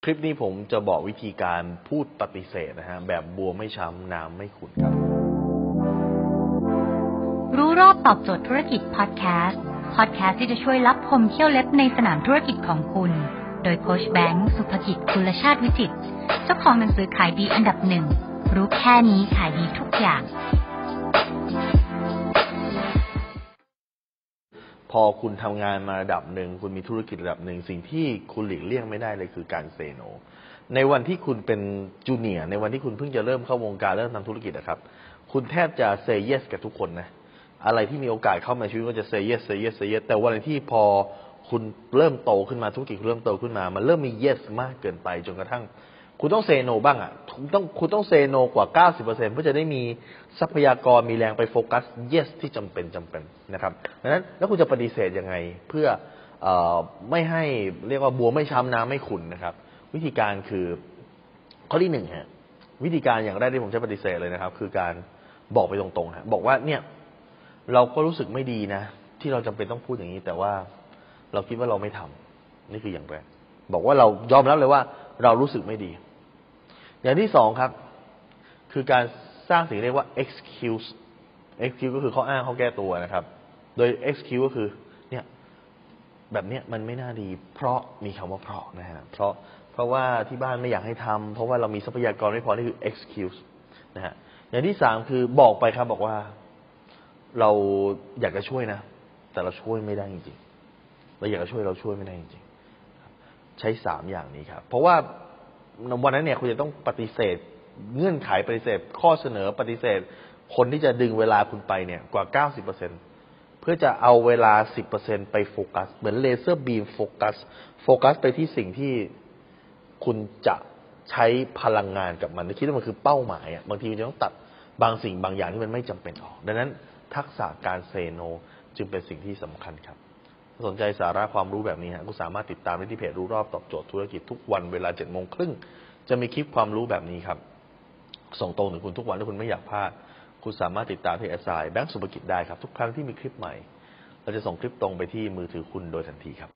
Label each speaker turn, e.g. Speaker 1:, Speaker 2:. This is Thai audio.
Speaker 1: คลิปนี้ผมจะบอกวิธีการพูดปฏิเสธนะฮะแบบบัวไม่ช้ำน้ำไม่ขุ่นครับ
Speaker 2: รู้รอบตอบโจทย์ธุรกิจพอดแคสต์ที่จะช่วยลับพมเที่ยวเล็บในสนามธุรกิจของคุณโดยโค้ชแบงค์สุภกิจกุลชาติวิจิตรเจ้าของหนังสือขายดีอันดับหนึ่งรู้แค่นี้ขายดีทุกอย่าง
Speaker 1: พอคุณทำงานมาระดับหนึ่งคุณมีธุรกิจระดับหนึ่งสิ่งที่คุณหลีกเลี่ยงไม่ได้เลยคือการเซโนในวันที่คุณเป็นจูเนียร์ในวันที่คุณเพิ่งจะเริ่มเข้าวงการเริ่มทำธุรกิจนะครับคุณแทบจะเซย์เยสกับทุกคนนะอะไรที่มีโอกาสเข้ามาชีวิตก็จะเซย์เยสแต่วันที่พอคุณเริ่มโตขึ้นมาธุรกิจคุณเริ่มโตขึ้นมามันเริ่มมีเยสมากเกินไปจนกระทั่งคุณต้องเซโนบ้างอ่ะคุณต้องเซโนกว่า 90% เพื่อจะได้มีทรัพยากรมีแรงไปโฟกัส yes ที่จำเป็นนะครับดังนั้นแล้วคุณจะปฏิเสธยังไงเพื่อไม่ให้เรียกว่าบัวไม่ช้ำน้ำไม่ขุ่นนะครับวิธีการคือข้อที่หนึ่งฮะวิธีการอย่างแรกที่ผมจะปฏิเสธเลยนะครับคือการบอกไปตรงๆฮะบอกว่าเนี่ยเราก็รู้สึกไม่ดีนะที่เราจำเป็นต้องพูดอย่างนี้แต่ว่าเราคิดว่าเราไม่ทำนี่คืออย่างแรกบอกว่าเรายอมรับเลยว่าเรารู้สึกไม่ดีอย่างที่สองครับคือการสร้างสิ่งเรียกว่า excuse ก็คือข้ออ้างข้อแก้ตัวนะครับโดย excuse ก็คือเนี่ยแบบเนี้ยมันไม่น่าดีเพราะมีคำว่าเพราะนะฮะเพราะว่าที่บ้านไม่อยากให้ทำเพราะว่าเรามีทรัพยากรไม่พอนี่คือ excuse นะฮะอย่างที่สามคือบอกไปครับบอกว่าเราอยากจะช่วยนะแต่เราช่วยไม่ได้จริงๆเราอยากจะช่วยเราช่วยไม่ได้จริงๆใช้สามอย่างนี้ครับเพราะว่าวันนั้นเนี่ยคุณจะต้องปฏิเสธเงื่อนไขปฏิเสธข้อเสนอปฏิเสธคนที่จะดึงเวลาคุณไปเนี่ยกว่า 90%เพื่อจะเอาเวลา 10% ไปโฟกัสเหมือนเลเซอร์บีมโฟกัสไปที่สิ่งที่คุณจะใช้พลังงานกับมันคิดว่ามันคือเป้าหมายอ่ะบางทีมันจะต้องตัดบางสิ่งบางอย่างที่มันไม่จำเป็นออกดังนั้นทักษะการเซโนจึงเป็นสิ่งที่สำคัญครับสนใจสาระความรู้แบบนี้ฮะก็สามารถติดตามได้ที่เพจรู้รอบตอบโจทย์ธุรกิจทุกวันเวลา 7:30 นจะมีคลิปความรู้แบบนี้ครับส่งตรงถึงคุณทุกวันถ้าคุณไม่อยากพลาดคุณสามารถติดตามที่แบงค์สุภกิจได้ครับทุกครั้งที่มีคลิปใหม่เราจะส่งคลิปตรงไปที่มือถือคุณโดยทันทีครับ